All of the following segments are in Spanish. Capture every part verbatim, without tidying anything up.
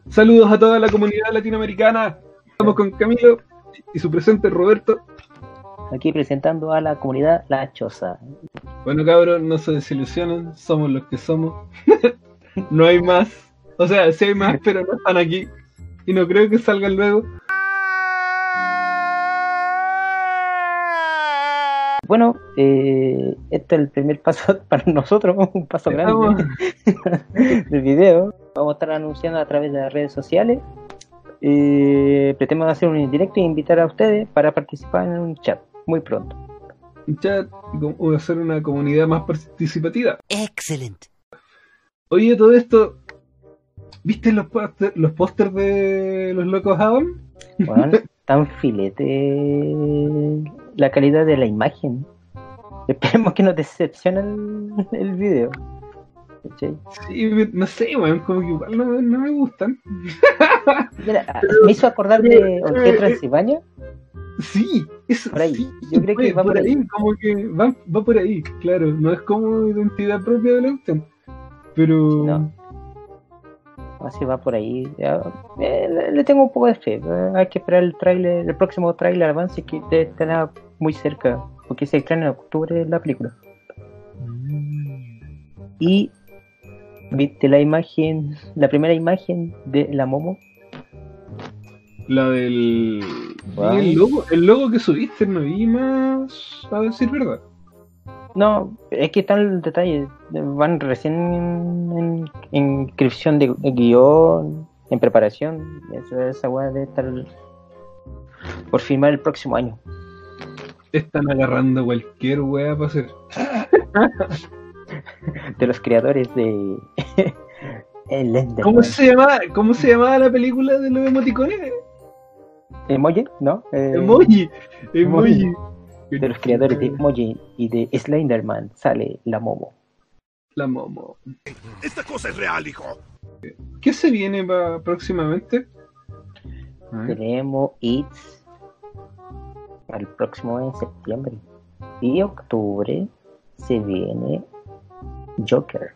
Saludos a toda la comunidad latinoamericana. Estamos con Camilo y su presente Roberto. Aquí presentando a la comunidad La Choza. Bueno, cabros, no se desilusionen, somos los que somos. No hay más. O sea, sí hay más, pero no están aquí. Y no creo que salgan luego. Bueno, eh, este es el primer paso para nosotros, un paso grande del video. Vamos a estar anunciando a través de las redes sociales. Eh, pretendemos hacer un directo e invitar a ustedes para participar en un chat muy pronto. Un chat y hacer una comunidad más participativa. Excelente. Oye, todo esto, ¿viste los póster, los pósters de los locos Adam? Bueno, tan filete la calidad de la imagen. Esperemos que no decepcione el, el video. ¿Sí? Sí, no sé, weón, como que igual no, no me gustan. Mira, me hizo acordar de Hotel Transilvania. Sí, eso por ahí. Sí, yo creo que va por, por ahí. ahí. Como que va, va por ahí, claro. No es como identidad propia de la opción. Pero... No. Así va por ahí. Ya, eh, le tengo un poco de fe. Eh, hay que esperar el tráiler, el próximo tráiler avance que debe estar muy cerca, porque se estrena en octubre la película. Mm. Y viste la imagen, la primera imagen de la Momo. La del... Wow. El logo, el logo que subiste, no vi más, a decir verdad. No, es que están los detalles, van recién en, en, en inscripción de guión, en preparación. Eso, esa weá debe estar por filmar el próximo año. Están agarrando cualquier weá para hacer. De los creadores de el Enderman. ¿Cómo se llamaba, cómo se llamaba la película de los emoticones? Emoji, ¿no? Eh, emoji, emoji. emoji. De los creadores de Emoji y de Slenderman sale la Momo. La Momo. Esta cosa es real, hijo. ¿Qué se viene para próximamente? Tenemos It's al próximo en septiembre. Y octubre se viene Joker.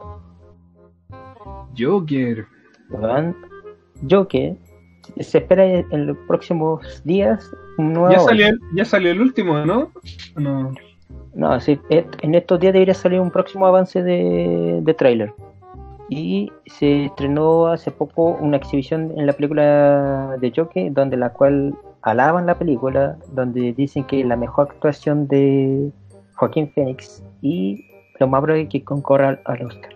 Joker. ¿Verdad? Joker. Se espera en los próximos días un nuevo. Ya salió, el, ya salió el último, ¿no? No, no sí, en estos días debería salir un próximo avance de, de tráiler. Y se estrenó hace poco una exhibición en la película de Joker, donde la cual alaban la película, donde dicen que es la mejor actuación de Joaquín Phoenix y lo más probable es que concorra al Oscar.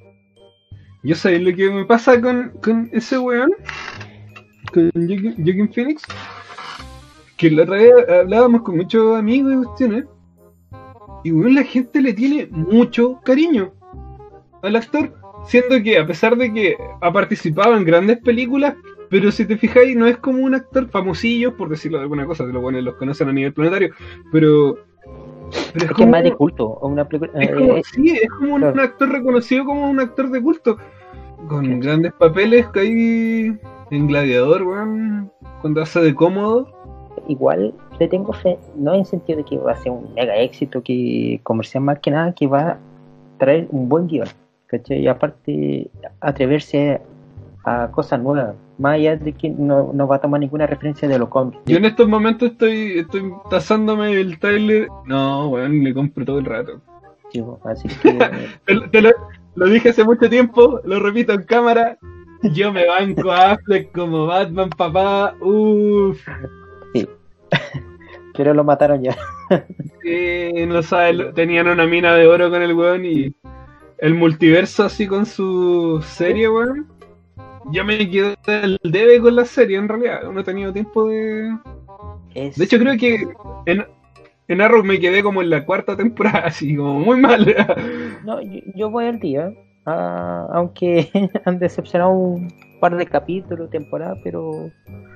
Yo sé lo que me pasa con, con ese weón, con Joaquin Phoenix, que la otra vez hablábamos con muchos amigos y cuestiones, y bueno, la gente le tiene mucho cariño al actor, siendo que a pesar de que ha participado en grandes películas, pero si te fijáis no es como un actor famosillo, por decirlo de alguna cosa, los buenos los conocen a nivel planetario, pero... pero es, es como, que es más de culto, una película, es como, eh, sí, es como claro. Un actor reconocido como un actor de culto, con okay. grandes papeles que hay en Gladiador, weón, cuando hace de cómodo. Igual le tengo fe, no en sentido de que va a ser un mega éxito que comercial, más que nada que va a traer un buen guión, ¿cachai? Y aparte atreverse a cosas nuevas, más allá de que no, no va a tomar ninguna referencia de los cómics. Yo en estos momentos estoy estoy tazándome el trailer, no, weón, le compro todo el rato. Sí, así que... te, te lo, lo dije hace mucho tiempo, lo repito en cámara, yo me banco a Affleck como Batman, papá, uff. Sí, pero lo mataron ya. Sí, no sabes, tenían una mina de oro con el weón y el multiverso así con su serie, weón. Yo me quedé el debe con la serie, en realidad, no he tenido tiempo de... Es... De hecho creo que en, en Arrow me quedé como en la cuarta temporada, así como muy mal. No, yo, yo voy al día, uh, aunque han decepcionado un par de capítulos, temporadas, pero...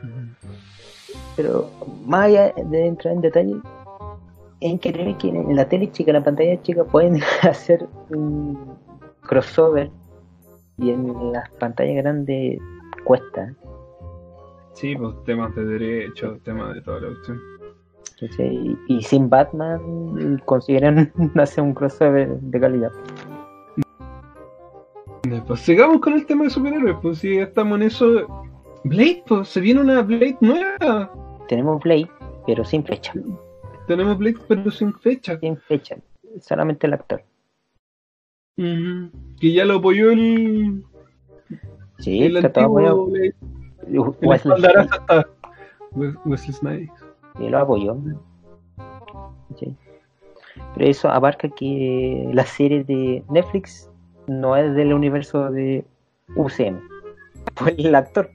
Pero más allá de entrar en detalle, en que creen que en la tele chica, en la pantalla chica, pueden hacer un crossover y en las pantallas grandes cuesta. Sí, pues temas de derechos, temas de toda la opción. Y, y sin Batman consideran hacer un crossover de calidad. Pues sigamos con el tema de superhéroes, pues si ya estamos en eso. Blade, pues se viene una Blade nueva. Tenemos Blade, pero sin fecha. Tenemos Blade, pero sin fecha. Sin fecha, solamente el actor. Uh-huh. Que ya lo apoyó el. Sí, el que todo apoyado. antiguo Blade. El Wesley espaldarazo Snipes. hasta Wes- Wesley Snipes. Y lo apoyó. Sí. Pero eso abarca que la serie de Netflix no es del universo de U C M. Pues el actor.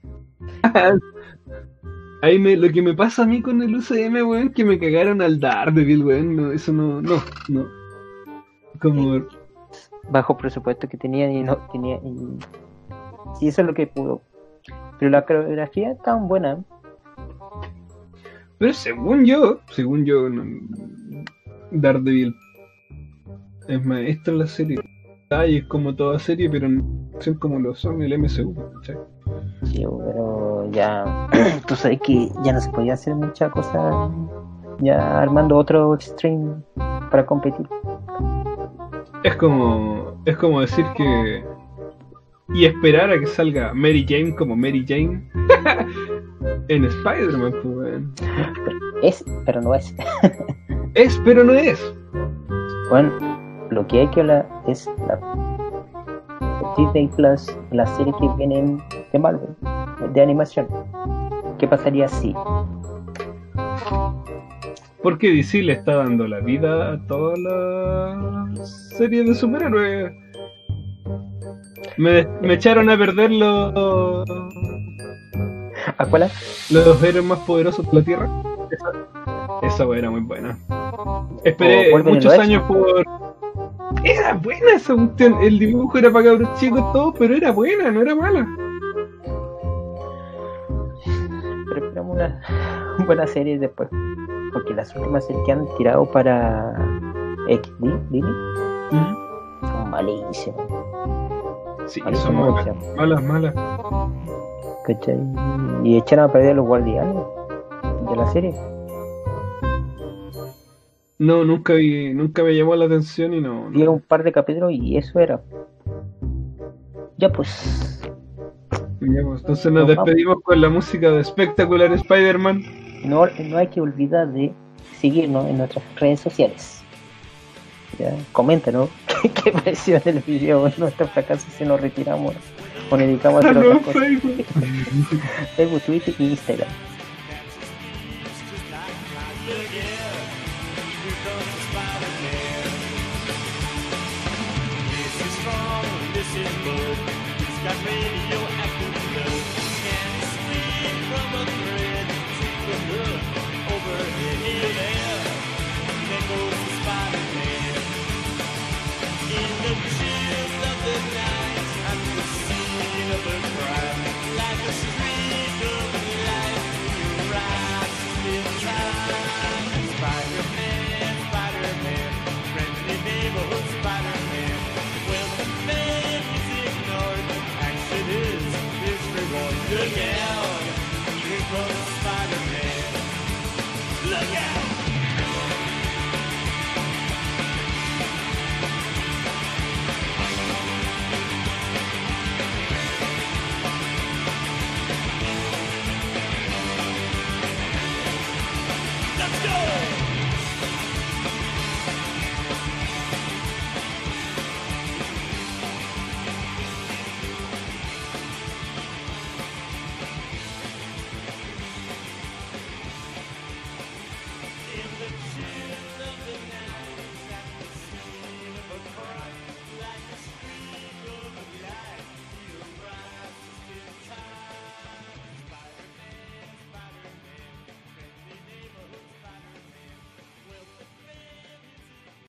Ahí me, lo que me pasa a mí con el U C M, weón, que me cagaron al Daredevil, weón. No, eso no, no, no. Como. Bajo presupuesto que tenían y no tenía. Y... sí, eso es lo que pudo. Pero la coreografía está buena. Pero según yo, según yo, no, Daredevil es maestro en la serie. Y es como toda serie, pero no son como lo son el M C U, ¿cachai? Sí, pero ya. Tú sabes que ya no se podía hacer mucha cosa. Ya armando otro Extreme para competir. Es como, es como decir que y esperar a que salga Mary Jane como Mary Jane en Spider-Man, pues, weón. Es, pero no es. Es, pero no es. Bueno, lo que hay que hablar es la Disney Plus, la serie que viene de Marvel, de animación. ¿Qué pasaría si? Porque D C le está dando la vida a toda la serie de superhéroes. Me, me echaron a perder los, ¿A cuál? los héroes más poderosos de la Tierra. Esa, esa wea era muy buena. Esperé O Wolverine muchos Red. años por... Era buena esa cuestión. El dibujo era para cabros chicos y todo, pero era buena, no era mala. Pero esperamos una buena serie después. Porque las últimas series que han tirado para X D, Disney, son malísimas. Sí, Malísimas son malas, opciones. malas, malas. ¿Cachai? Y echaron a perder los guardianes de la serie. No, nunca vi, nunca me llamó la atención y no... Vi no. un par de capítulos y eso era. Ya pues. Ya, pues, entonces nos Nos vamos. despedimos con la música de Spectacular Spider-Man. No, no hay que olvidar de seguirnos en nuestras redes sociales. Ya, coméntanos qué, qué pareció del video, nuestro fracaso si nos retiramos o nos dedicamos a Ah, hacer no, otras cosas. Facebook. Facebook, Twitter y Instagram. This is strong, this is good. It's got radio